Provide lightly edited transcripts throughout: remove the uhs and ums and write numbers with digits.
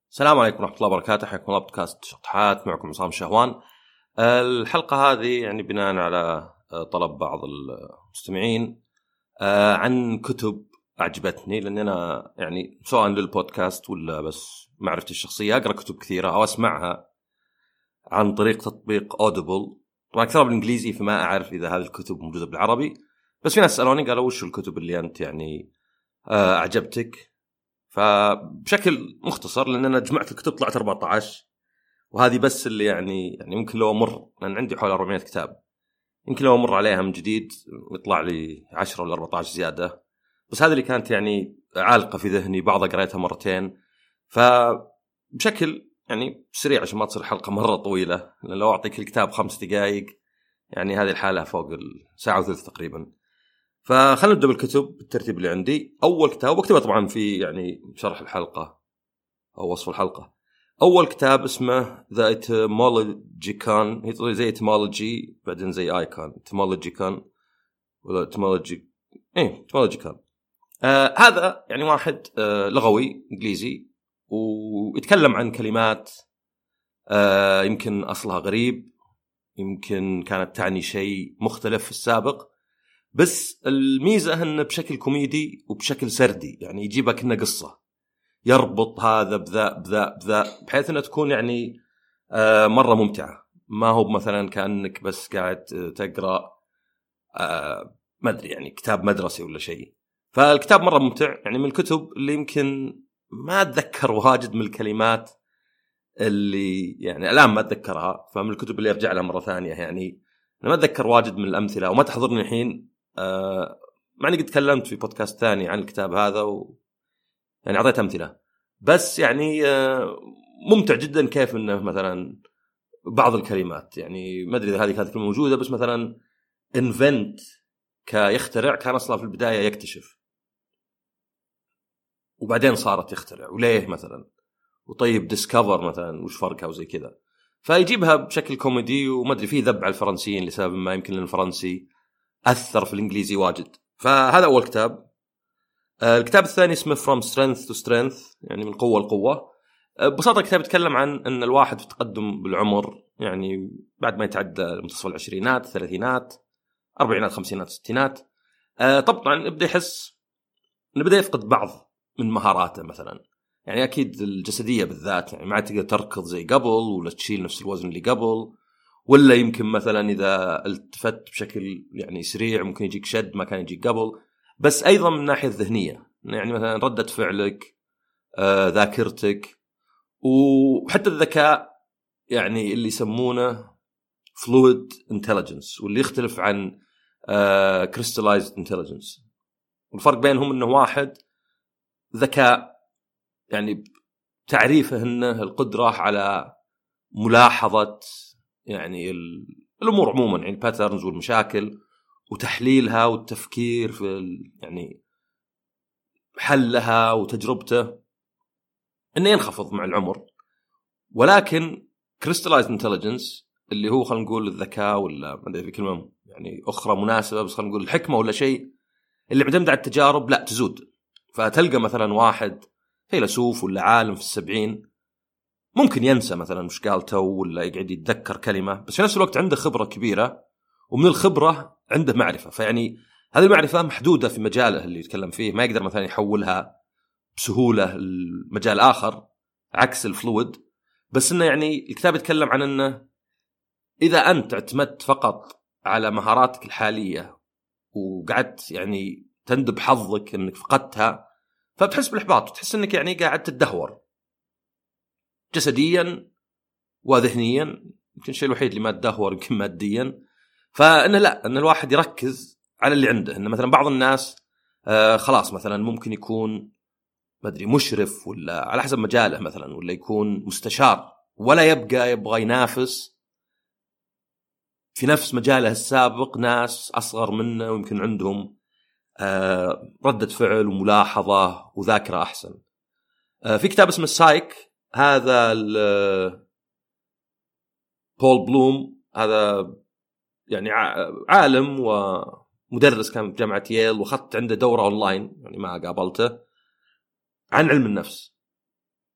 السلام عليكم ورحمة الله وبركاته. حياكم الله بودكاست شطحات، معكم عصام شهوان. الحلقة هذه يعني بناء على طلب بعض المستمعين عن كتب أعجبتني، لأن أنا يعني سواء للبودكاست ولا بس معرفتي الشخصية أقرأ كتب كثيرة أو أسمعها عن طريق تطبيق Audible. طبعا أكثرها بالإنجليزي فما أعرف إذا هذه الكتب موجودة بالعربي، بس في ناس سألوني قالوا وش الكتب اللي أنت يعني أعجبتك. فبشكل مختصر، لأن أنا جمعت الكتب طلعت 14، وهذه بس اللي يعني ممكن لو أمر، لأن عندي حوالي 400 كتاب، يمكن لو أمر عليها من جديد ويطلع لي 10 ولا 14 زيادة، بس هذه اللي كانت يعني عالقة في ذهني، بعضها قرأتها مرتين. فبشكل يعني سريع عشان ما تصير حلقة مرة طويلة، لأن لو أعطيك الكتاب 5 دقائق يعني هذه الحالة فوق الساعة وثلث تقريبا. فخلنا نبدأ بالكتب بالترتيب اللي عندي. أول كتاب واكتبه طبعا في يعني شرح الحلقة أو وصف الحلقة. أول كتاب اسمه The Etymologicon، هي زي Etymology بعدين زي Icon، Etymologicon ولا Etymologicon. هذا يعني واحد لغوي إنجليزي، ويتكلم عن كلمات يمكن أصلها غريب، يمكن كانت تعني شيء مختلف في السابق، بس الميزة أنه بشكل كوميدي وبشكل سردي، يعني يجيبك إنه قصة، يربط هذا بذا بحيث أنها تكون يعني مرة ممتعة. ما هو مثلا كأنك بس قاعد تقرأ ما أدري يعني كتاب مدرسي ولا شيء. فالكتاب مرة ممتع، يعني من الكتب اللي يمكن ما أتذكر واجد من الكلمات اللي يعني الآن ما أتذكرها، فمن الكتب اللي أرجع لها مرة ثانية. يعني أنا ما أتذكر واجد من الأمثلة وما تحضرني الحين، مع أني قد تكلمت في بودكاست ثاني عن الكتاب هذا يعني أعطيت أمثلة، بس يعني ممتع جدا. كيف إنه مثلا بعض الكلمات يعني ما أدري إذا هذه كانت كلمة موجودة، بس مثلا invent كيخترع كان أصلا في البداية يكتشف، وبعدين صارت يخترع، وليه مثلا. وطيب discover مثلا وش فرقها وزي كذا. فيجيبها بشكل كوميدي، وما أدري فيه ذب على الفرنسيين لسبب ما، يمكن الفرنسي أثر في الإنجليزي واجد. فهذا أول كتاب. الكتاب الثاني اسمه From Strength to Strength، يعني من قوة لقوة. ببساطة الكتاب يتكلم عن أن الواحد في تقدم بالعمر، يعني بعد ما يتعدى منتصف العشرينات، الثلاثينات، أربعينات، خمسينات، ستينات، طبعا يبدأ يحس أنه بدأ يفقد بعض من مهاراته مثلا. يعني أكيد الجسدية بالذات، يعني ما تقدر تركض زي قبل ولا تشيل نفس الوزن اللي قبل، ولا يمكن مثلا إذا التفت بشكل يعني سريع ممكن يجيك شد ما كان يجيك قبل. بس أيضا من الناحية الذهنية، يعني مثلا ردة فعلك، ذاكرتك، وحتى الذكاء، يعني اللي يسمونه fluid intelligence، واللي يختلف عن crystallized intelligence. والفرق بينهم أنه واحد ذكاء يعني تعريفه أنه القدرة على ملاحظة يعني الأمور عموما، يعني الباترنز والمشاكل وتحليلها والتفكير في يعني حلها وتجربته، إنه ينخفض مع العمر. ولكن crystallized intelligence اللي هو خلينا نقول الذكاء، ولا ما أدري في كلمة يعني أخرى مناسبة، بس خلينا نقول الحكمة ولا شيء، اللي معتمد على التجارب، لا تزود. فتلقى مثلا واحد فيلسوف ولا عالم في 70 ممكن ينسى مثلا مش قالته، ولا يقعد يتذكر كلمة، بس في نفس الوقت عنده خبرة كبيرة، ومن الخبرة عنده معرفة. فيعني هذه المعرفة محدودة في مجاله اللي يتكلم فيه، ما يقدر مثلا يحولها بسهولة المجال آخر عكس الفلويد. بس إنه يعني الكتاب يتكلم عن إنه إذا أنت اعتمدت فقط على مهاراتك الحالية وقعدت يعني تندب حظك إنك فقدتها، فبتحس بالإحباط وتحس إنك يعني قاعد تدهور جسديا وذهنيا. يمكن الشيء الوحيد اللي ما تدهور يمكن ماديا. فإنه لا، إن الواحد يركز على اللي عنده. إن مثلا بعض الناس خلاص مثلا ممكن يكون ما أدري مشرف ولا على حسب مجاله مثلا، ولا يكون مستشار، ولا يبغى ينافس في نفس مجاله السابق ناس أصغر منه ويمكن عندهم ردة فعل وملاحظة وذاكرة أحسن. في كتاب اسمه السايك، هذا بول بلوم، هذا يعني عالم ومدرس كان في جامعة ييل، وخدت عنده دورة أونلاين يعني ما قابلته عن علم النفس.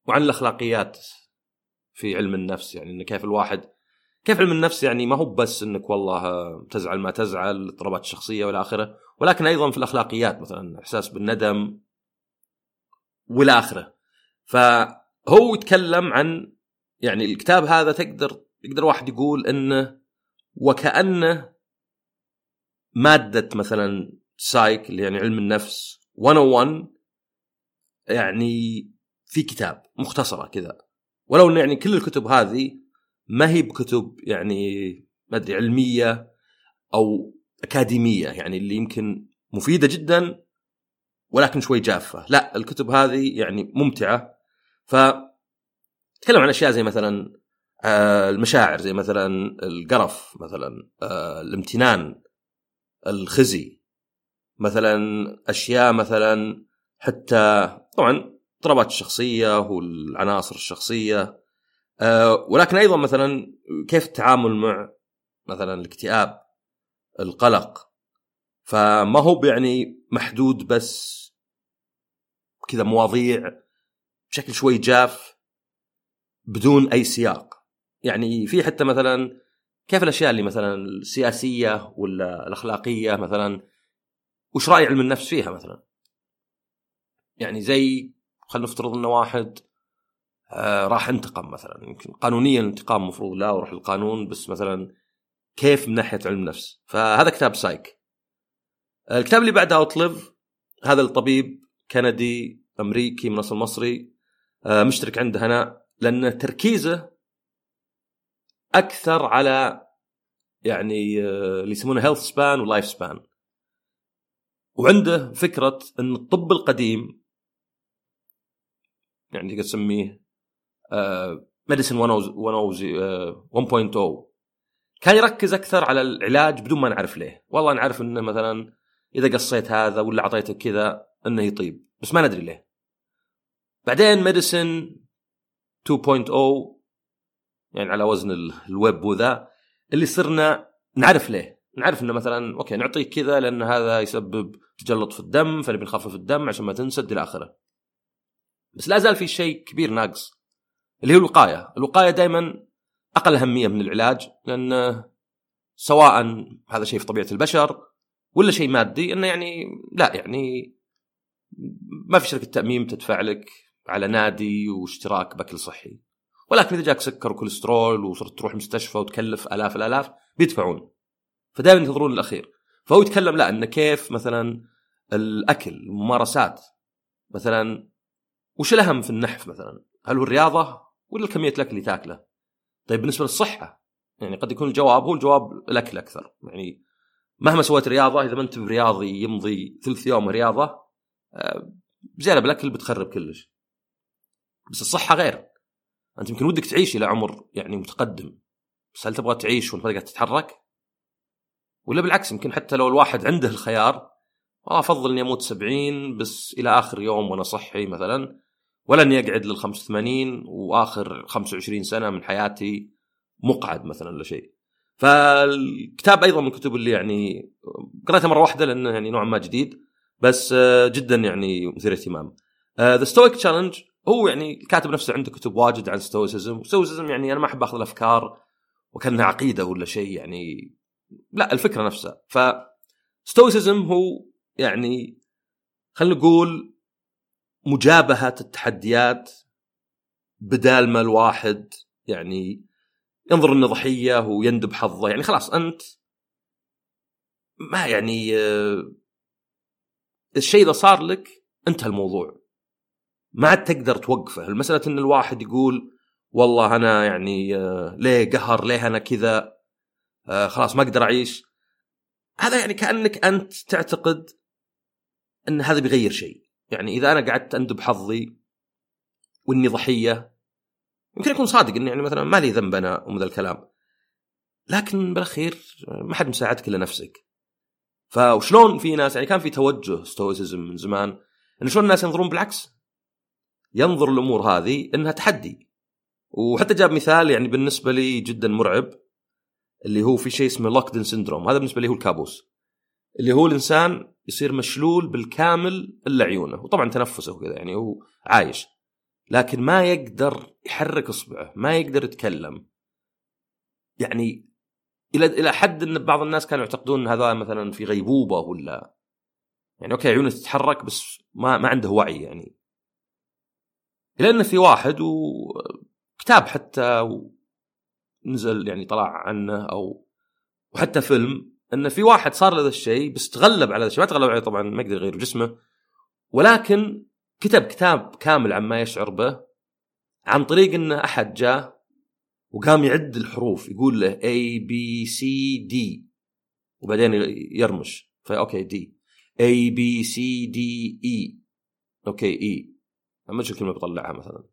وعن الأخلاقيات في علم النفس. يعني إن كيف علم النفس يعني ما هو بس إنك والله تزعل ما تزعل، اضطرابات الشخصية والى آخره، ولكن أيضا في الأخلاقيات، مثلا إحساس بالندم والى آخره. فهو يتكلم عن يعني الكتاب هذا يقدر واحد يقول إنه وكأنه مادة مثلا سايك اللي يعني علم النفس 101، يعني في كتاب مختصرة كذا. ولو إن يعني كل الكتب هذه ما هي بكتب يعني ما أدري علمية أو أكاديمية، يعني اللي يمكن مفيدة جدا ولكن شوي جافة. لا، الكتب هذه يعني ممتعة. فتكلم عن أشياء زي مثلا المشاعر، زي مثلا القرف، مثلا الامتنان، الخزي، مثلا أشياء مثلا حتى طبعا اضطرابات الشخصية والعناصر الشخصية، ولكن أيضا مثلا كيف التعامل مع مثلا الاكتئاب، القلق. فما هو يعني محدود بس كذا مواضيع بشكل شوي جاف بدون أي سياق. يعني في حتى مثلا كيف الأشياء اللي مثلا السياسية ولا الأخلاقية مثلا وش رأي علم النفس فيها مثلا. يعني زي خلينا نفترض أن واحد راح انتقم مثلا، يمكن قانونيا الانتقام مفروض لا وروح القانون، بس مثلا كيف من ناحية علم النفس. فهذا كتاب سايك. الكتاب اللي بعده أوتليف، هذا الطبيب كندي أمريكي من أصل مصري، مشترك عنده هنا لأن تركيزه أكثر على يعني اللي يسمونه health span و life span. وعنده فكرة أن الطب القديم يعني تقدر تسميه medicine 1.0 كان يركز أكثر على العلاج بدون ما نعرف ليه. والله نعرف أنه مثلا إذا قصيت هذا ولا عطيته كذا أنه يطيب، بس ما ندري ليه. بعدين medicine 2.0 يعني على وزن الويب وذا اللي صرنا نعرف ليه. نعرف أنه مثلا أوكي نعطيك كذا لأن هذا يسبب تجلط في الدم فنبي نخفف الدم عشان ما تنسد إلى آخره. بس لا زال في شيء كبير ناقص اللي هو الوقاية. الوقاية دائما أقل أهمية من العلاج، لأن سواء هذا شيء في طبيعة البشر ولا شيء مادي، أنه يعني لا يعني ما في شركة تأمين تدفع لك على نادي واشتراك بأكل صحي، ولكن إذا جاك سكر وكوليسترول وصرت تروح مستشفى وتكلف آلاف الآلاف بيدفعون، فدائما ينتظرون الأخير. فهو يتكلم لا أن كيف مثلا الأكل، الممارسات، مثلا وش الأهم في النحف مثلا، هل هو الرياضة ولا كمية الأكل اللي تاكله؟ طيب بالنسبة للصحة يعني قد يكون الجواب الأكل أكثر. يعني مهما سويت رياضة إذا ما أنت برياضي يمضي 3 يوم رياضة زيادة بالأكل بتخرب كلش. بس الصحة غير، أنت يمكن ودك تعيش إلى عمر يعني متقدم، بس هل تبغى تعيش وانت ما تقدر تتحرك؟ ولا بالعكس يمكن حتى لو الواحد عنده الخيار أفضل أني أموت 70 بس إلى آخر يوم وأنا صحي مثلا، ولا أني أقعد لل85 وآخر 25 سنة من حياتي مقعد مثلا ولا شيء. فالكتاب أيضا من الكتب اللي يعني قرأتها مرة واحدة لأنه يعني نوعا ما جديد، بس جدا يعني مثير اهتمام. The Stoic Challenge هو يعني الكاتب نفسه عنده كتب واجد عن ستويسيزم. ستويسيزم يعني أنا ما أحب أخذ الأفكار وكأنها عقيدة ولا شيء، يعني لا الفكرة نفسها. فستويسيزم هو يعني خلينا نقول مجابهة التحديات، بدال ما الواحد يعني ينظر إنه ضحية ويندب حظه. يعني خلاص أنت ما يعني الشيء إذا صار لك انتهى الموضوع، ما عاد تقدر توقفه. المسألة إن الواحد يقول والله أنا يعني ليه قهر، ليه أنا كذا، خلاص ما أقدر أعيش، هذا يعني كأنك أنت تعتقد أن هذا بيغير شيء. يعني إذا أنا قعدت أندب حظي وإني ضحية، يمكن يكون صادق إني يعني مثلا ما لي ذنب أنا ومن ذا الكلام، لكن بالأخير ما حد مساعدك إلا نفسك. فوشلون في ناس يعني كان في توجه ستويسيزم من زمان إن شلون الناس ينظرون بالعكس، ينظر الأمور هذه إنها تحدي. وحتى جاب مثال يعني بالنسبة لي جدا مرعب، اللي هو في شيء اسمه لوكدن سيندروم. هذا بالنسبة لي هو الكابوس، اللي هو الإنسان يصير مشلول بالكامل إلا عيونه وطبعا تنفسه وكذا، يعني هو عايش. لكن ما يقدر يحرك إصبعه، ما يقدر يتكلم. يعني إلى حد أن بعض الناس كانوا يعتقدون أن هذا مثلا في غيبوبة، ولا يعني أوكي عيونه تتحرك بس ما عنده وعي يعني. لأن في واحد وكتاب حتى نزل يعني طلع عنه، أو وحتى فيلم، أن في واحد صار له ذا الشيء بس تغلب على ذا الشيء، ما تغلب عليه طبعا، ما يقدر يغير جسمه، ولكن كتب كتاب كامل عما يشعر به عن طريق أن أحد جاء وقام يعد الحروف، يقول له A B C D وبعدين يرمش فأوكي D A B C D E أوكي E، ما أدري الكلمة بطلعها مثلا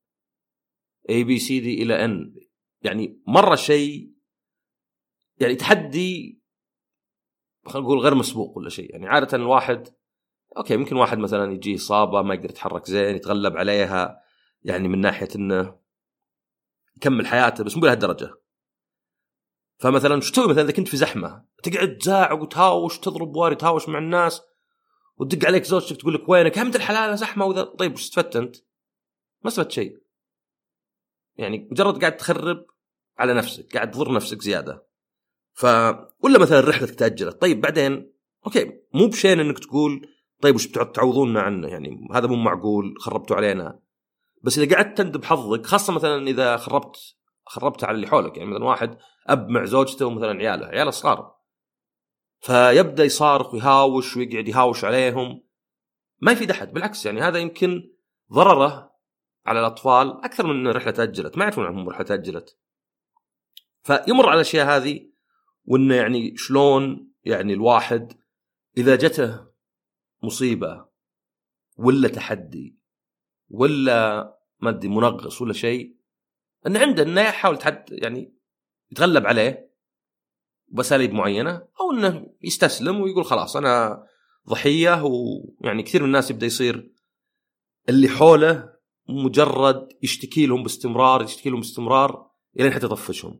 A B C D إلى N. يعني مرة شيء يعني تحدي خلينا نقول غير مسبوق ولا شيء. يعني عادة الواحد أوكي ممكن واحد مثلا يجي إصابة ما يقدر يتحرك زين، يتغلب عليها يعني من ناحية إنه يكمل حياته، بس مو بهالدرجة. فمثلا شو تسوي مثلا إذا كنت في زحمة، تقعد تزاعق وتهاوش، تضرب واري، تهاوش مع الناس، وتدق عليك زوجتك تقول لك وينك، همت الحلال زحمة وذا. طيب وش استفدت أنت؟ ما استفدت شيء. يعني مجرد قاعد تخرب على نفسك، قاعد تضر نفسك زيادة. ولا مثلا رحلتك تأجلت، طيب بعدين أوكي مو بشين إنك تقول طيب وش بتعود تعوضوننا عنه، يعني هذا مو معقول خربتوا علينا. بس إذا قعدت تندب حظك، خاصة مثلا إذا خربت على اللي حولك، يعني مثلا واحد أب مع زوجته ومثلا عياله صغار، فيبدأ يصارخ ويهاوش ويقعد يهاوش عليهم، ما يفيد أحد. بالعكس يعني هذا يمكن ضرره على الأطفال أكثر من رحلة تأجلت، ما يعرفون عنهم رحلة تأجلت. فيمر على الأشياء هذه، وإنه يعني شلون يعني الواحد إذا جته مصيبة ولا تحدي ولا مادي منغص ولا شيء، أنه عنده أنه يحاول يعني يتغلب عليه بأساليب معينة، أو أنه يستسلم ويقول خلاص أنا ضحية. ويعني كثير من الناس يبدأ يصير اللي حوله مجرد يشتكي لهم باستمرار إلى حتى يطفشهم.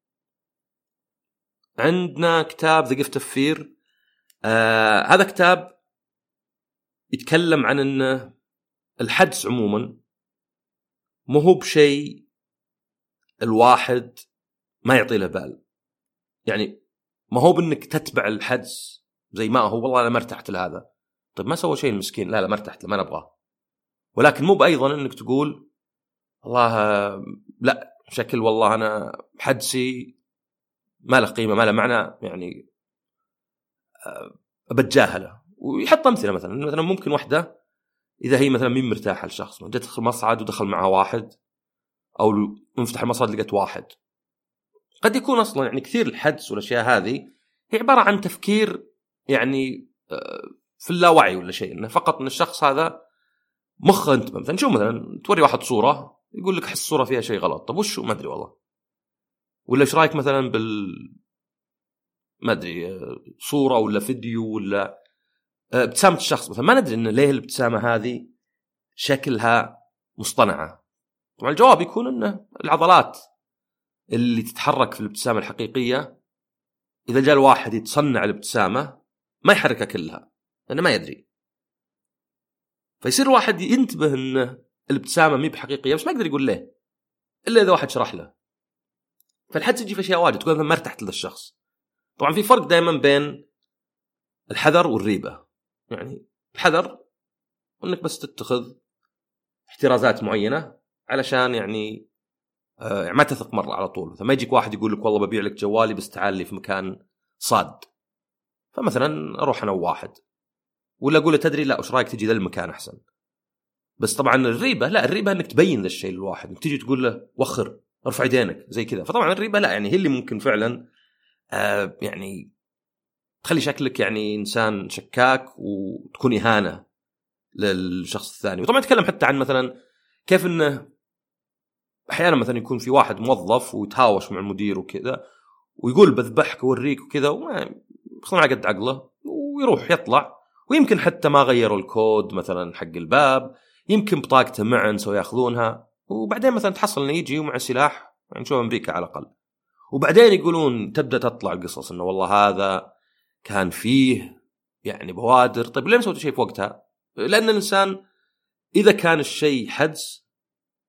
عندنا كتاب The Gift of Fear. هذا كتاب يتكلم عن أن الحدس عموما مو هو بشيء الواحد ما يعطي له بال. يعني ما هو بأنك تتبع الحدس زي ما هو، والله أنا ما ارتحت لهذا، طيب ما سوى شيء المسكين، لا ما ارتحت له، ما نبغاه. ولكن مو بأيضا أنك تقول والله لا شكل والله أنا حدسي ما له قيمة ما له معنى، يعني بتجاهله. ويحط أمثلة مثلا ممكن واحدة إذا هي مثلا مين مرتاحة لشخص، جت تدخل مصعد ودخل معها واحد، أو نفتح المصعد لقيت واحد، قد يكون أصلا يعني كثير الحدس والأشياء هذه هي عبارة عن تفكير يعني في اللاوعي ولا شيء، إنه فقط إن الشخص هذا مخه أنت مثلا شو مثلا توري واحد صورة يقول لك حس الصورة فيها شيء غلط، طب وشو ما أدري والله. ولا إيش رأيك مثلا ما أدري صورة ولا فيديو ولا ابتسامة الشخص مثلا، ما ندري إن ليه الابتسامة هذه شكلها مصطنعة. طبعا الجواب يكون إنه العضلات اللي تتحرك في الابتسامة الحقيقية، إذا جاء الواحد يتصنع الابتسامة ما يحركها كلها لأنه ما يدري، فيصير الواحد ينتبه إن الابتسامة مي بحقيقية، بس ما يقدر يقول ليه إلا إذا واحد شرح له. فالحدس يجي في أشياء واجد تقول ما ارتحت للشخص. طبعا في فرق دائما بين الحذر والريبة. يعني الحذر إنك بس تتخذ احترازات معينة علشان يعني ما تثق مرة على طول. فما يجيك واحد يقول لك والله ببيع لك جوالي بس تعال لي في مكان صاد، فمثلا أروح أنا وواحد، ولا أقول له تدري لا وش رأيك تجي ذا المكان أحسن. بس طبعا الريبة لا، الريبة إنك تبين ذا الشيء للواحد، إنك تيجي تقول له وخر ارفع يدينك زي كذا. فطبعا الريبة لا، يعني هي اللي ممكن فعلا يعني تخلي شكلك يعني إنسان شكاك وتكون إهانة للشخص الثاني. وطبعا نتكلم حتى عن مثلا كيف إنه أحيانا مثلا يكون في واحد موظف ويتهاوش مع المدير وكذا ويقول بذبحك ووريك وكذا، وما يخلون على قد عقله ويروح يطلع، ويمكن حتى ما غيروا الكود مثلا حق الباب، يمكن بطاقته معن سو ياخذونها، وبعدين مثلا تحصل انه يجي ومع سلاح، يعني نشوف امريكا على الاقل، وبعدين يقولون تبدا تطلع القصص انه والله هذا كان فيه يعني بوادر. طيب ليه ما سويتوا شيء في وقتها؟ لان الانسان اذا كان الشيء حدس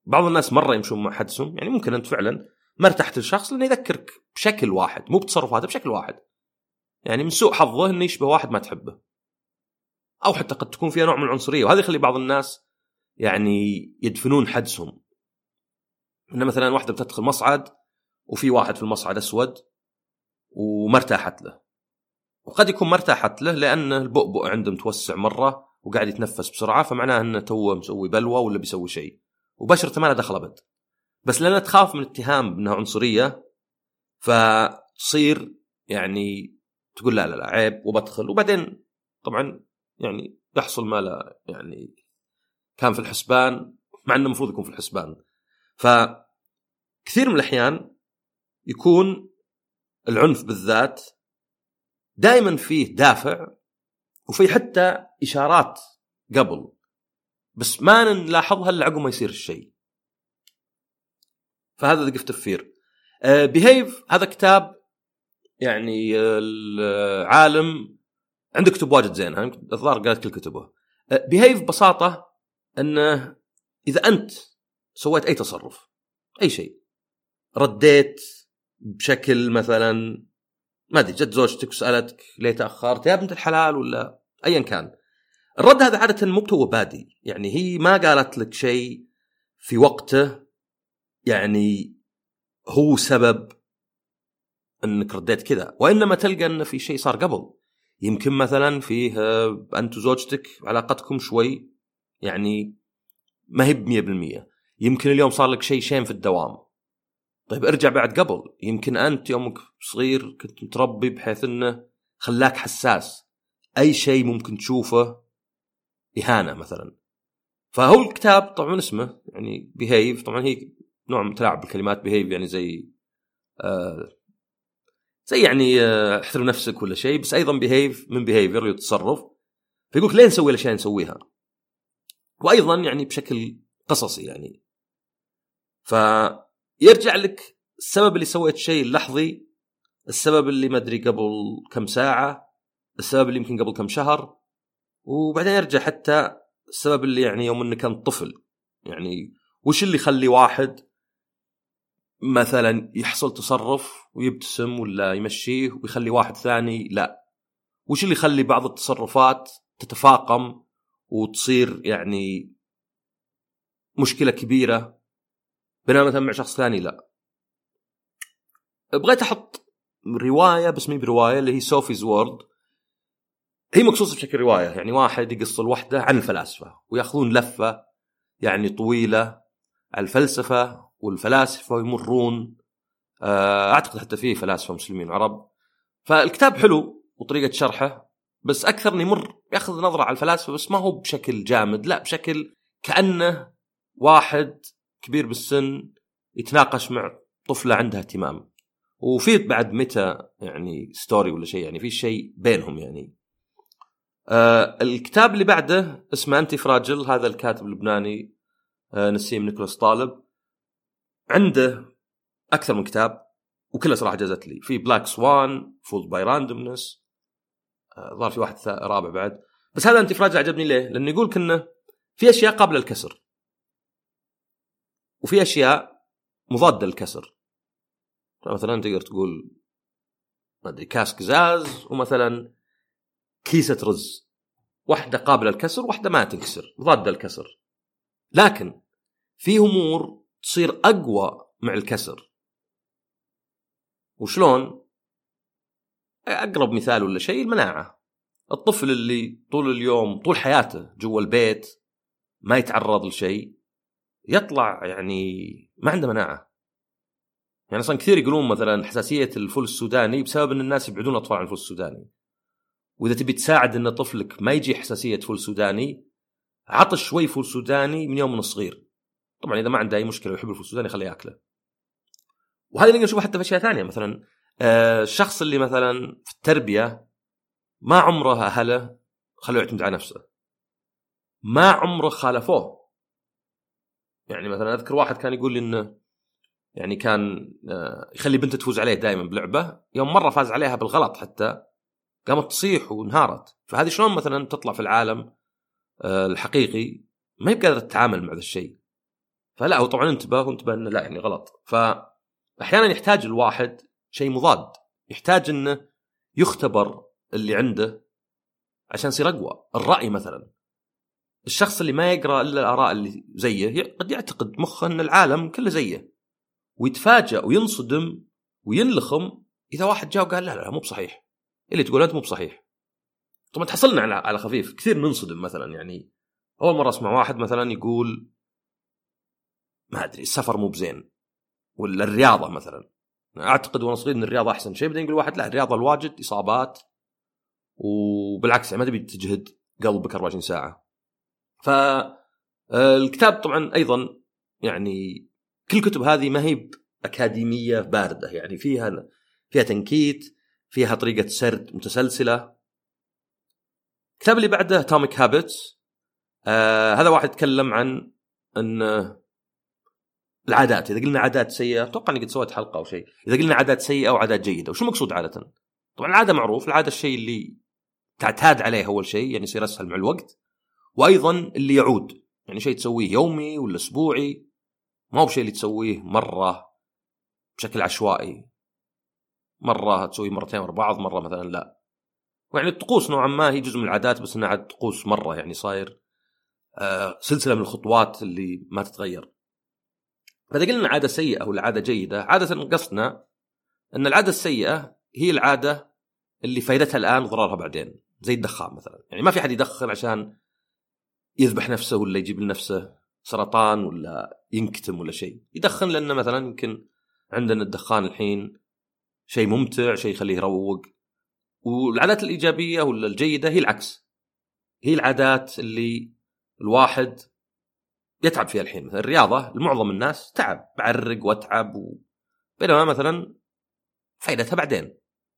بعض الناس مره يمشون مع حدسهم، يعني ممكن انت فعلا ما ارتحت للشخص لانه يذكرك بشكل واحد، مو بتصرفاته بشكل واحد، يعني من سوء حظه انه يشبه واحد ما تحبه، او حتى قد تكون فيها نوع من العنصريه، وهذا يخلي بعض الناس يعني يدفنون حدسهم. إن مثلا واحدة بتدخل مصعد وفي واحد في المصعد أسود وما ارتاحت له، وقد يكون ما ارتاحت له لأن البؤبؤ عنده متوسع مرة وقاعد يتنفس بسرعة، فمعناه أنه توه مسوي بلوى ولا بيسوي شيء، وبشرته ما لها دخل أبد، بس لأنها تخاف من اتهام بأنها عنصرية فتصير يعني تقول لا لا لا عيب وبدخل. وبعدين طبعا يعني يحصل ما لا يعني كان في الحسبان، مع أنه المفروض يكون في الحسبان. فكثير من الأحيان يكون العنف بالذات دائما فيه دافع وفي حتى إشارات قبل، بس ما نلاحظها إلا عقب ما يصير الشيء. فهذا ذقف تفكير. بيهيف هذا كتاب يعني العالم عنده كتب واجد زينة، الظاهر قالت كل كتبه. بيهيف ببساطة أنه إذا أنت سويت أي تصرف، أي شيء، رديت بشكل مثلا ما أدري، جت زوجتك وسألتك ليه تأخرت يا بنت الحلال ولا أيا كان، الرد هذا عادة مو بتوه بادي، يعني هي ما قالت لك شيء في وقته يعني هو سبب أنك رديت كذا، وإنما تلقى أن في شيء صار قبل. يمكن مثلا فيه أنت وزوجتك علاقتكم شوي يعني ما هي ب100%، يمكن اليوم صار لك شيء في الدوام، طيب ارجع بعد قبل، يمكن أنت يومك صغير كنت متربي بحيث أنه خلاك حساس، أي شيء ممكن تشوفه إهانة مثلا. فهو الكتاب طبعا اسمه يعني بيهيف، طبعا هي نوع متلاعب بالكلمات، بيهيف يعني زي يعني احترم نفسك ولا شيء، بس أيضا بيهيف من بيهيفير يتصرف، فيقولك ليه نسوي الأشياء نسويها، وأيضا يعني بشكل قصصي يعني. فيرجع لك السبب اللي سويت شيء اللحظي، السبب اللي ما أدري قبل كم ساعة، السبب اللي يمكن قبل كم شهر، وبعدين يرجع حتى السبب اللي يعني يوم أنك كان طفل، يعني وش اللي يخلي واحد مثلا يحصل تصرف ويبتسم ولا يمشيه ويخلي واحد ثاني لا، وش اللي يخلي بعض التصرفات تتفاقم وتصير يعني مشكلة كبيرة بينما مثلا مع شخص ثاني لا. بغيت أحط رواية بس مي برواية اللي هي سوفيز وورد، هي مقصوصة بشكل رواية، يعني واحد يقص الوحدة عن الفلاسفة ويأخذون لفة يعني طويلة على الفلسفة والفلاسفة ويمرون أعتقد حتى فيه فلاسفة مسلمين عرب. فالكتاب حلو وطريقة شرحه، بس أكثر يمر يأخذ نظرة على الفلاسفة، بس ما هو بشكل جامد، لا بشكل كأنه واحد كبير بالسن يتناقش مع طفلة عندها اهتمام، وفي بعد متى يعني ستوري ولا شيء، يعني في شيء بينهم يعني. الكتاب اللي بعده اسمه أنتي فراجل، هذا الكاتب اللبناني نسيم نيكولاس طالب، عنده أكثر من كتاب وكلها صراحة جازت لي، في بلاك سوان، فولد باي راندومنس، ظهر في واحد رابع بعد، بس هذا أنتي فراجل عجبني ليه؟ لأنه يقول كأنه في أشياء قابلة للكسر وفي أشياء مضادة للكسر. مثلا تقدر تقول ما أدري كاس قزاز ومثلا كيسة رز، واحدة قابلة للكسر واحدة ما تنكسر مضادة للكسر، لكن في أمور تصير أقوى مع الكسر. وشلون؟ أقرب مثال ولا شيء المناعة، الطفل اللي طول اليوم طول حياته جوا البيت ما يتعرض لشيء يطلع يعني ما عنده مناعة. يعني أصلا كثير يقولون مثلا حساسية الفول السوداني بسبب أن الناس يبعدون الأطفال عن الفول السوداني، وإذا تبي تساعد أن طفلك ما يجي حساسية فول سوداني عطش شوي فول سوداني من يوم من الصغير، طبعا إذا ما عنده أي مشكلة ويحب الفول السوداني خليه يأكله. وهذا اللي نشوفه حتى في أشياء ثانية، مثلا الشخص اللي مثلا في التربية ما عمره أهله خلوه يعتمد على نفسه، ما عمره خالفوه. يعني مثلا أذكر واحد كان يقول لي إنه يعني كان يخلي بنته تفوز عليه دائما بلعبة، يوم مرة فاز عليها بالغلط حتى قامت تصيح وانهارت. فهذه شلون مثلا تطلع في العالم الحقيقي ما يبقى قادرة تتعامل مع هذا الشيء. فلا هو طبعا انتبه انه لا يعني غلط. فاحيانا يحتاج الواحد شيء مضاد، يحتاج انه يختبر اللي عنده عشان يصير اقوى. الراي مثلا، الشخص اللي ما يقرا الا الاراء اللي زيه قد يعتقد مخه ان العالم كله زيه، ويتفاجأ وينصدم وينلخم اذا واحد جاء وقال لا لا مو بصحيح، اللي تقول انت مو بصحيح. طبعا تحصلنا على خفيف كثير ننصدم. مثلا يعني اول مره اسمع واحد مثلا يقول ما ادري السفر مو بزين، ولا الرياضه مثلا، اعتقد وانا صغير ان الرياضه احسن شيء، بعدين يقول واحد لا الرياضه الواجد اصابات، وبالعكس يعني ما تبي تجهد قلبك 24 ساعه. فالكتاب طبعا ايضا يعني كل الكتب هذه ما هي اكاديميه بارده، يعني فيها تنكيت، فيها طريقه سرد متسلسله. الكتاب اللي بعده atomic habits. هذا واحد يتكلم عن ان العادات، اذا قلنا عادات سيئه، اتوقع اني قد سويت حلقه او شيء، اذا قلنا عادات سيئه وعادات جيده وش المقصود عاده؟ طبعا العاده معروف، العاده الشيء اللي تعتاد عليه اول شيء يعني يصير اسهل مع الوقت، وايضا اللي يعود يعني شيء تسويه يومي ولا اسبوعي، ما هو بشيء اللي تسويه مره بشكل عشوائي، مره تسويه مرتين ورا بعض، مره مثلا لا. يعني الطقوس نوعا ما هي جزء من العادات، بس انها عاد طقوس مره يعني صاير سلسله من الخطوات اللي ما تتغير. فإذا قلنا عادة سيئة ولا عادة جيدة، عادة قصدنا أن العادة السيئة هي العادة اللي فائدتها الآن وضررها بعدين، زي الدخان مثلا. يعني ما في حد يدخن عشان يذبح نفسه ولا يجيب لنفسه سرطان ولا ينكتم ولا شيء، يدخن لأنه مثلا يمكن عندنا الدخان الحين شيء ممتع، شيء يخليه يروق. والعادات الإيجابية ولا الجيدة هي العكس، هي العادات اللي الواحد يتعب فيها الحين. مثلا الرياضة لمعظم الناس تعب، بعرق واتعب بينما مثلا فائدتها بعدين.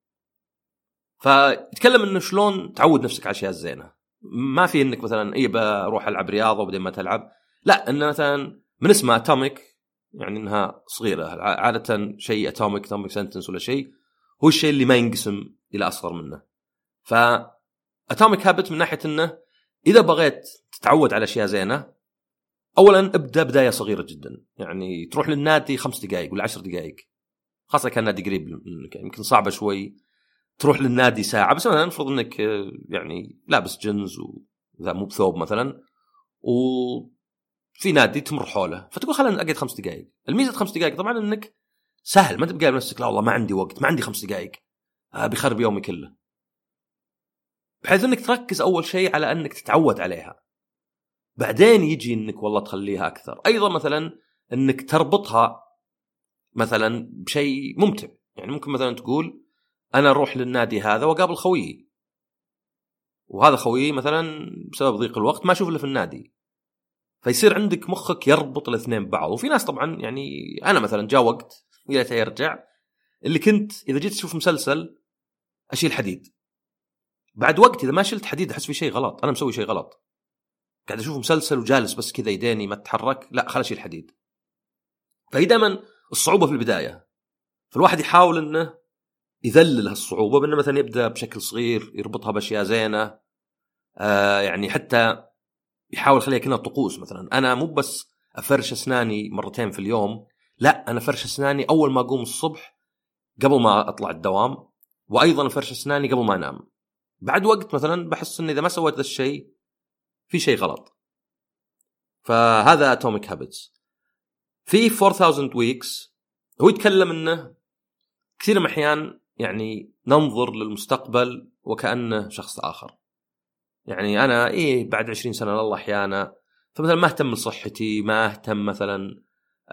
فيتكلم انه شلون تعود نفسك على الاشياء الزينه، ما في انك مثلا بروح العب رياضه وبعدين ما تلعب، لا انه مثلا من اسمها اتوميك يعني انها صغيره، عاده شيء اتوميك سنتنس ولا شيء هو الشيء اللي ما ينقسم الى اصغر منه. فاتوميك هابت من ناحيه انه اذا بغيت تتعود على اشياء زينه، اولا ابدا بدايه صغيره جدا، يعني تروح للنادي 5 دقائق ولا 10 دقائق، خاصه كان نادي قريب منك، يمكن صعبه شوي تروح للنادي ساعه، بس مثلا نفرض انك يعني لابس جنز وذا مو بثوب مثلا، وفي نادي تمر حوله، فتقول خلينا نقعد 5 دقائق. الميزه 5 دقائق طبعا انك سهل، ما تبقى نفسك لا والله ما عندي وقت، ما عندي 5 دقائق بيخرب يومي كله، بحيث انك تركز اول شيء على انك تتعود عليها، بعدين يجي انك والله تخليها اكثر. ايضا مثلا انك تربطها مثلا بشيء ممتع، يعني ممكن مثلا تقول انا اروح للنادي هذا واقابل خويي، وهذا خويي مثلا بسبب ضيق الوقت ما اشوف الا في النادي، فيصير عندك مخك يربط الاثنين ببعض. وفي ناس طبعا يعني انا مثلا جاء وقت ويا يرجع اللي كنت اذا جيت تشوف مسلسل اشيل حديد، بعد وقت اذا ما شلت حديد احس في شيء غلط، انا مسوي شيء غلط، قاعد اشوف مسلسل وجالس بس كذا يديني ما تتحرك، لا خليني اشيل حديد. فهي دائما الصعوبه في البدايه، فالواحد يحاول انه يذلل هالصعوبه بانه مثلا يبدا بشكل صغير، يربطها باشياء زينه، يعني حتى يحاول يخليها كأنها طقوس. مثلا انا مو بس افرش اسناني مرتين في اليوم، لا انا فرش اسناني اول ما اقوم الصبح قبل ما اطلع الدوام، وايضا فرش اسناني قبل ما انام. بعد وقت مثلا بحس ان اذا ما سويت ذا الشيء في شيء غلط. فهذا atomic habits. في 4000 weeks هو يتكلم انه كثير من الاحيان يعني ننظر للمستقبل وكأنه شخص آخر، يعني أنا بعد 20 سنة الله أحيانا، فمثلا ما أهتم لصحتي، ما أهتم مثلا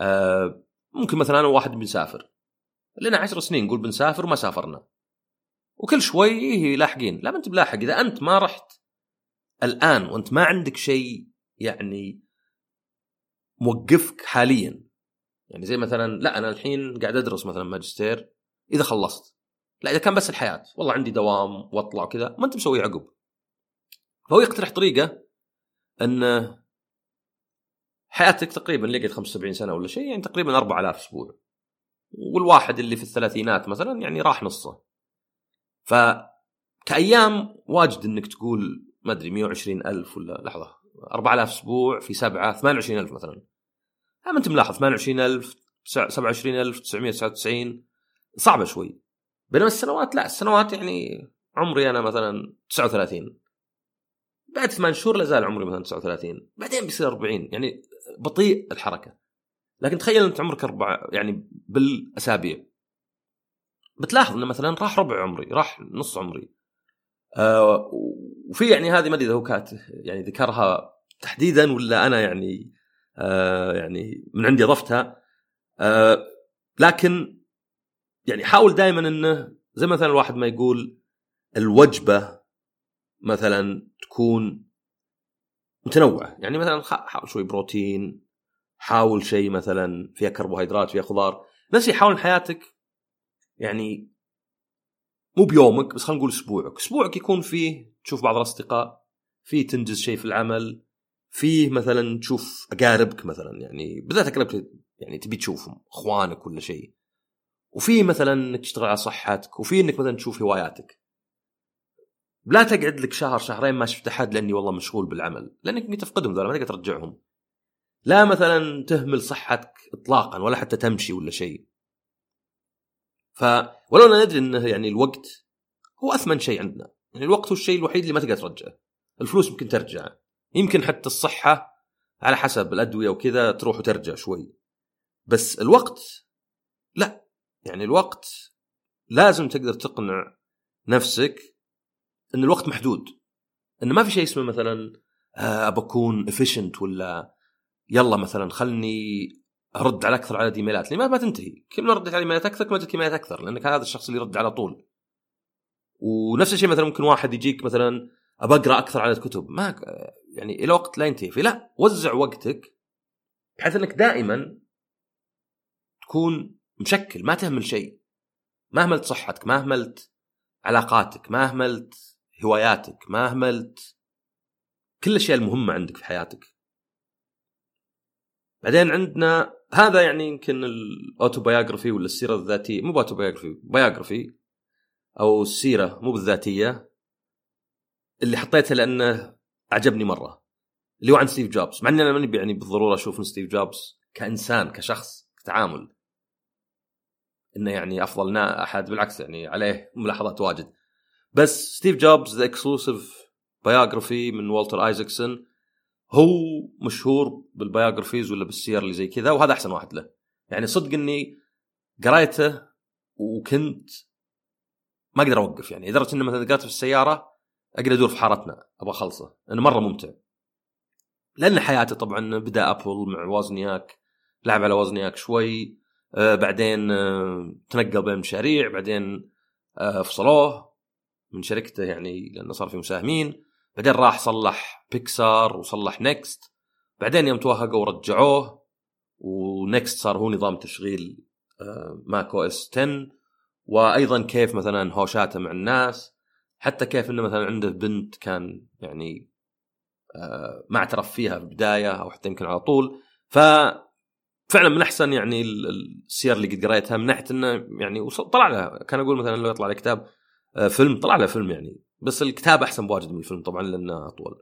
ممكن مثلا أنا واحد بنسافر لنا 10 سنين نقول بنسافر وما سافرنا، وكل شوي لاحقين. لا ما أنت بلاحق إذا أنت ما رحت الآن وأنت ما عندك شيء يعني موقفك حاليا. يعني زي مثلا لا أنا الحين قاعد أدرس مثلا ماجستير، إذا خلصت لا إذا كان بس الحياة والله عندي دوام واطلع وكذا، ما أنت مسوي عقب. فهو يقترح طريقة أن حياتك تقريبا لقيت 75 سنة ولا شيء، يعني تقريبا 4000 أسبوع، والواحد اللي في الثلاثينات مثلا يعني راح نصه. فكأيام واجد أنك تقول ما أدري 120,000 ولا لحظة 4000 أسبوع في 7 28,000 مثلا، ما انت ملاحظ 28,000 27,999 صعبه شوي. بينما السنوات لا، السنوات يعني عمري انا مثلا 39، بعد 8 شهور لازال عمري مثلا 39، بعدين بيصير 40، يعني بطيء الحركه. لكن تخيل انت عمرك 4 يعني بالاسابيع بتلاحظ انه مثلا راح ربع عمري، راح نص عمري. وفي يعني هذه ما ادري اذا هو كات يعني ذكرها تحديدا ولا انا يعني يعني من عندي اضفتها. لكن يعني حاول دائما انه زي مثلا الواحد ما يقول الوجبه مثلا تكون متنوعه، يعني مثلا حاول شوي بروتين، حاول شيء مثلا فيها كربوهيدرات فيها خضار، نفس حاول حياتك يعني مو بيومك بس خلينا نقول اسبوعك يكون فيه تشوف بعض الاصدقاء، فيه تنجز شيء في العمل، فيه مثلا تشوف اقاربك مثلا، يعني بالذات اقربك يعني تبي تشوفهم اخوانك كل شيء، وفيه مثلا انك تشتغل على صحتك، وفيه انك مثلا تشوف هواياتك. لا تقعد لك شهر شهرين ما شفت احد لاني والله مشغول بالعمل، لانك تفقدهم ذولا ما تقدر ترجعهم. لا مثلا تهمل صحتك اطلاقا ولا حتى تمشي ولا شيء. ولو أنا ندري انه يعني الوقت هو اثمن شيء عندنا، يعني الوقت هو الشيء الوحيد اللي ما تقدر ترجعه. الفلوس ممكن ترجع، يمكن حتى الصحة على حسب الأدوية وكذا تروح وترجع شوي، بس الوقت لا. يعني الوقت لازم تقدر تقنع نفسك ان الوقت محدود، ان ما في شيء اسمه مثلا أبكون efficient ولا يلا مثلا خلني أرد على أكثر عدد إيميلات، لما ما تنتهي. كل ما ردت على إيميلات أكثر كل ما تجيك إيميلات أكثر، لأنك هذا الشخص اللي يرد على طول. ونفس الشيء مثلا ممكن واحد يجيك مثلا أبقرأ أكثر عدد كتب، ما يعني إلى وقت لا ينتهي فيه. لا، وزع وقتك بحيث أنك دائما تكون مشكل، ما تهمل شيء، ما أهملت صحتك، ما أهملت علاقاتك، ما أهملت هواياتك، ما أهملت كل الأشياء المهمة عندك في حياتك. بعدين عندنا هذا يعني يمكن الأوتوبيوغرافي ولا السيرة الذاتية، مو بايوغرافي أو السيرة مو بالذاتية، اللي حطيتها لأنه أعجبني مرة، اللي هو عن ستيف جوبز. مع أني أنا ماني يعني بالضرورة أشوف ستيف جوبز كإنسان كشخص كتعامل إنه يعني أفضلنا أحد، بالعكس يعني عليه ملاحظات واجد. بس ستيف جوبز The Exclusive Biography من والتر آيزاكسون هو مشهور بالبيوغرافيز ولا بالسير اللي زي كذا، وهذا أحسن واحد له. يعني صدق إني قرأته وكنت ما أقدر أوقف، يعني لدرجة إنه مثلا قرأت في السيارة أقدر أدور في حارتنا أبغى خلصه، إنه مرة ممتع. لأن حياته طبعا بدأ أبل مع وزنياك، لعب على وزنياك شوي، بعدين تنقل بين مشاريع، بعدين فصلوه من شركته يعني لأنه صار في مساهمين، بعدين راح صلح بيكسار وصلح نيكست، بعدين يوم توهقوا ورجعوه، ونيكست صار هو نظام تشغيل ماك او اس 10. وأيضا كيف مثلا هوشاته مع الناس، حتى كيف إنه مثلا عنده بنت كان يعني ما اعترف فيها في البداية أو حتى يمكن على طول. ففعلا من أحسن يعني السير اللي قد قرأتها، من ناحية إنه يعني طلع له، كان أقول مثلا لو يطلع له كتاب فيلم، طلع له فيلم يعني، بس الكتاب أحسن بواجد من الفيلم طبعا لأنه أطول.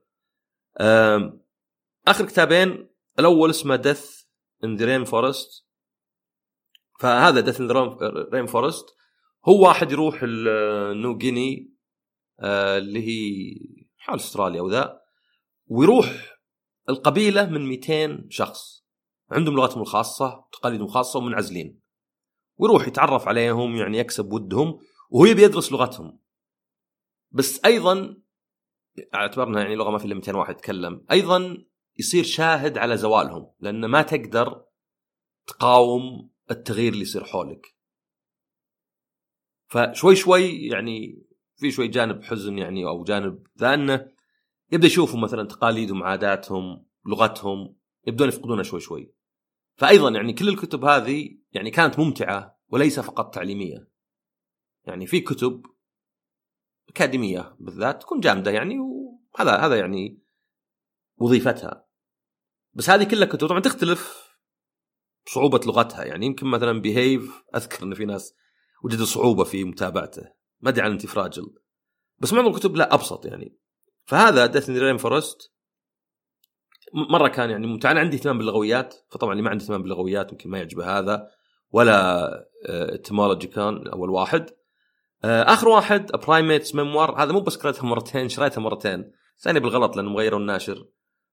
آخر كتابين، الأول اسمه Death in the Rainforest. فهذا Death in the Rainforest هو واحد يروح النيو غيني اللي هي حول استراليا وذا، ويروح القبيلة من 200 شخص عندهم لغتهم الخاصة تقاليدهم خاصة ومنعزلين، ويروح يتعرف عليهم يعني يكسب ودهم، وهو يبي يدرس لغتهم. بس أيضا اعتبرنا يعني لغة ما في إلا 200 واحد يتكلم، أيضا يصير شاهد على زوالهم، لأن ما تقدر تقاوم التغيير اللي يصير حولك. فشوي شوي يعني في شوي جانب حزن يعني، أو جانب ذا أنه يبدأ يشوفوا مثلا تقاليدهم عاداتهم لغتهم يبدون يفقدونها شوي شوي. فأيضا يعني كل الكتب هذه يعني كانت ممتعة وليس فقط تعليمية. يعني في كتب أكاديمية بالذات تكون جامدة يعني، وهذا يعني وظيفتها. بس هذه كلها كتب طبعا تختلف بصعوبة لغتها، يعني يمكن مثلا بيهيف أذكر أن في ناس وجدوا صعوبة في متابعته، ما أدري عن أنت فراجل، بس معظم الكتب لا أبسط يعني. فهذا Death in the Rainforest مره كان يعني ممتع. انا عندي اهتمام باللغويات، فطبعا اللي ما عنده اهتمام باللغويات ممكن ما يعجبه هذا، ولا etymology كان اول واحد. اخر واحد برايميتس ميموار، هذا مو بس قريتها مرتين، شريتها مرتين ثاني بالغلط لانه مغيروا الناشر.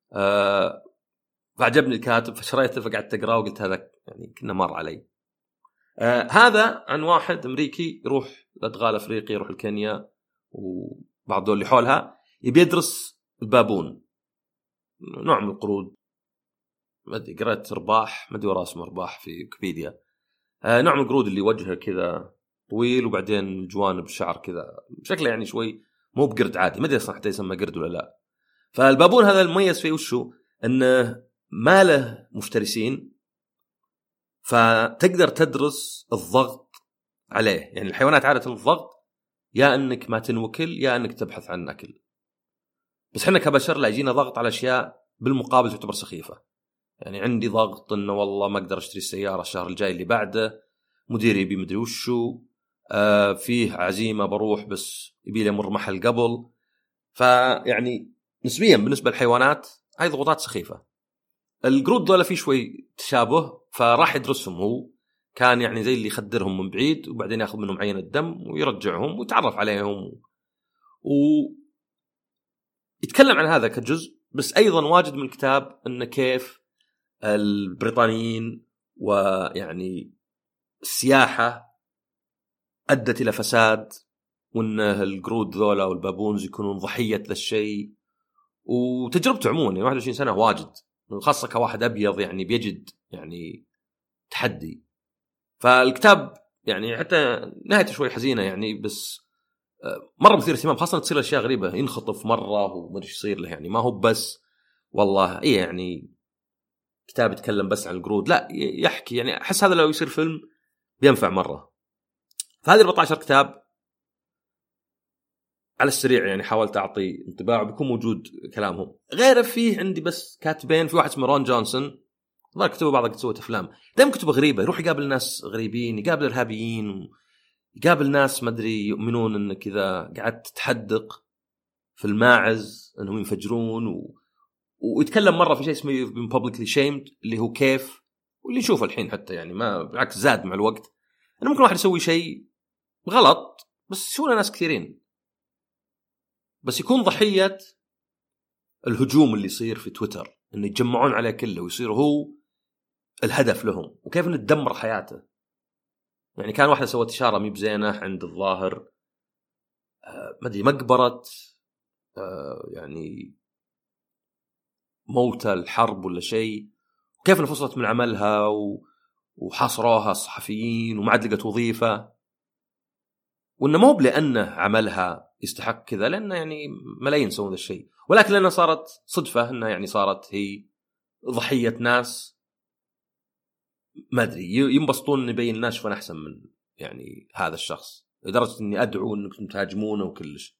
فعجبني الكاتب فشريته، فقعدت اقراه وقلت هذا يعني كنا مر علي. هذا عن واحد امريكي يروح لادغال افريقيا، يروح الكينيا وبعض دول اللي حولها، يبي يدرس البابون، نوع من القرود، ما ادري قرأت رباح، ما ادري وراه اسمه رباح في ويكيبيديا. نوع من القرود اللي وجهه كذا طويل وبعدين جوانب شعر كذا، شكله يعني شوي مو بقرد عادي، ما ادري اصلا حتى يسمى قرد ولا لا. فالبابون هذا المميز فيه وشو؟ انه ما له مفترسين، فتقدر تدرس الضغط عليه. يعني الحيوانات عادة الضغط يا انك ما تنوكل يا انك تبحث عن اكل، بس احنا كبشر لا يجينا ضغط على اشياء بالمقابل تعتبر سخيفة. يعني عندي ضغط انه والله ما اقدر اشتري السيارة الشهر الجاي اللي بعده، مديري يبي مدري وشو، فيه عزيمة بروح بس يبي لي امر محل قبل. فيعني نسبيا بالنسبة للحيوانات هاي ضغوطات سخيفة. القرود دول فيه شوي تشابه، فراح يدرسهم هو، كان يعني زي اللي يخدرهم من بعيد وبعدين ياخذ منهم عينة الدم ويرجعهم ويتعرف عليهم ويتكلم عن هذا كجزء. بس أيضا واجد من الكتاب أنه كيف البريطانيين ويعني السياحة أدت إلى فساد، وأن القرود ذولا والبابونز يكونون ضحية للشيء. وتجربته عموما يعني 21 سنة واجد، خاصة كواحد أبيض يعني بيجد يعني تحدي. فالكتاب يعني حتى نهايته شوي حزينة يعني، بس مرة مثير اهتمام، خاصة تصير أشياء غريبة، ينخطف مرة وما أدري إيش يصير له. يعني ما هو بس والله إيه يعني كتاب يتكلم بس عن القرود، لا يحكي يعني أحس هذا لو يصير فيلم بينفع مرة. فهذه 14 كتاب على السريع يعني حاولت أعطي انطباع، بيكون موجود كلامهم. غير فيه عندي بس كاتبين، في واحد اسمه رون جونسون، ظهر كتبه بعضها قد سوت أفلام، دائما كتبه غريبة، يروح يقابل ناس غريبين، يقابل إرهابيين، يقابل ناس ما أدري يؤمنون إن كذا قاعد تحدق في الماعز إنهم ينفجرون ويتكلم مرة في شيء اسمه being publicly shamed، اللي هو كيف، واللي نشوفه الحين حتى يعني ما بالعكس زاد مع الوقت، إنه ممكن واحد يسوي شيء غلط بس يسوونه ناس كثيرين، بس يكون ضحية الهجوم اللي يصير في تويتر، إنه يتجمعون عليه كله ويصير هو الهدف لهم، وكيف إنه تدمر حياته. يعني كان واحدة سوت إشارة مي بزينة عند الظاهر ما أدري مقبرة يعني موتى الحرب ولا شيء، وكيف انفصلت من عملها وحاصروها الصحفيين وما عاد لقت وظيفة، وإنه مو لأنه عملها يستحق كذا، لأنه يعني ملايين يسوون ذا الشيء، ولكن لأنها صارت صدفة إنها يعني صارت هي ضحية ناس ما أدري ينبسطون نبين الناس فأنا أحسن من يعني هذا الشخص، لدرجة إني أدعو إنكم تهاجمونه وكلش.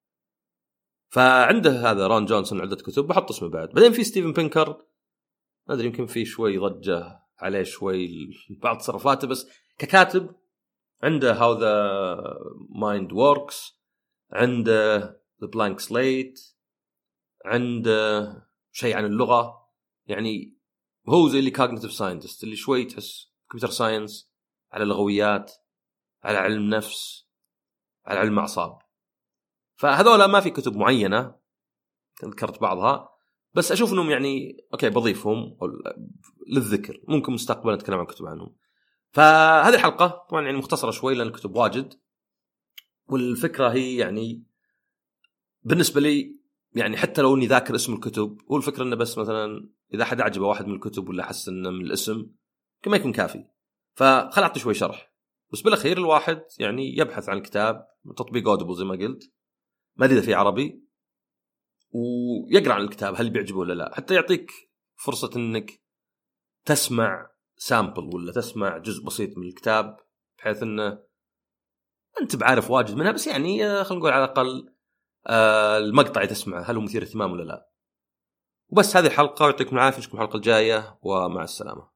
فعنده هذا رون جونسون عدة كتب، بحط اسمه بعد. بعدين في ستيفن بينكر، ما أدري يمكن في شوي ضجة عليه شوي بعض تصرفاته، بس ككاتب عنده How the Mind Works، عنده The Blank Slate، عنده شيء عن اللغة، يعني هو زي اللي Cognitive Scientist اللي شوي تحس كمبيوتر ساينس على لغويات على علم نفس على علم أعصاب. فهذولا ما في كتب معينة ذكرت بعضها، بس أشوف أنهم يعني أوكي بضيفهم للذكر، ممكن مستقبلا نتكلم عن كتب عنهم. فهذه الحلقة طبعا يعني مختصرة شوي لأن الكتب واجد، والفكرة هي يعني بالنسبة لي يعني حتى لو أني ذاكر اسم الكتب، هو الفكرة أنه بس مثلا إذا حد عجبه واحد من الكتب ولا حس أنه من الاسم كما يكون كافي، فخلعت شوي شرح. بس بالأخير الواحد يعني يبحث عن الكتاب، تطبيق أوديبل زي ما قلت، ما أدري إذا في عربي، ويقرأ عن الكتاب هل بيعجبه ولا لا، حتى يعطيك فرصة أنك تسمع سامبل ولا تسمع جزء بسيط من الكتاب، بحيث أنه أنت بعرف واجد منها، بس يعني خلينا نقول على الأقل المقطع تسمعه هل هو مثير اهتمام ولا لا. وبس هذه الحلقة، ويعطيكم العافية، نشوفكم الحلقة الجاية، ومع السلامة.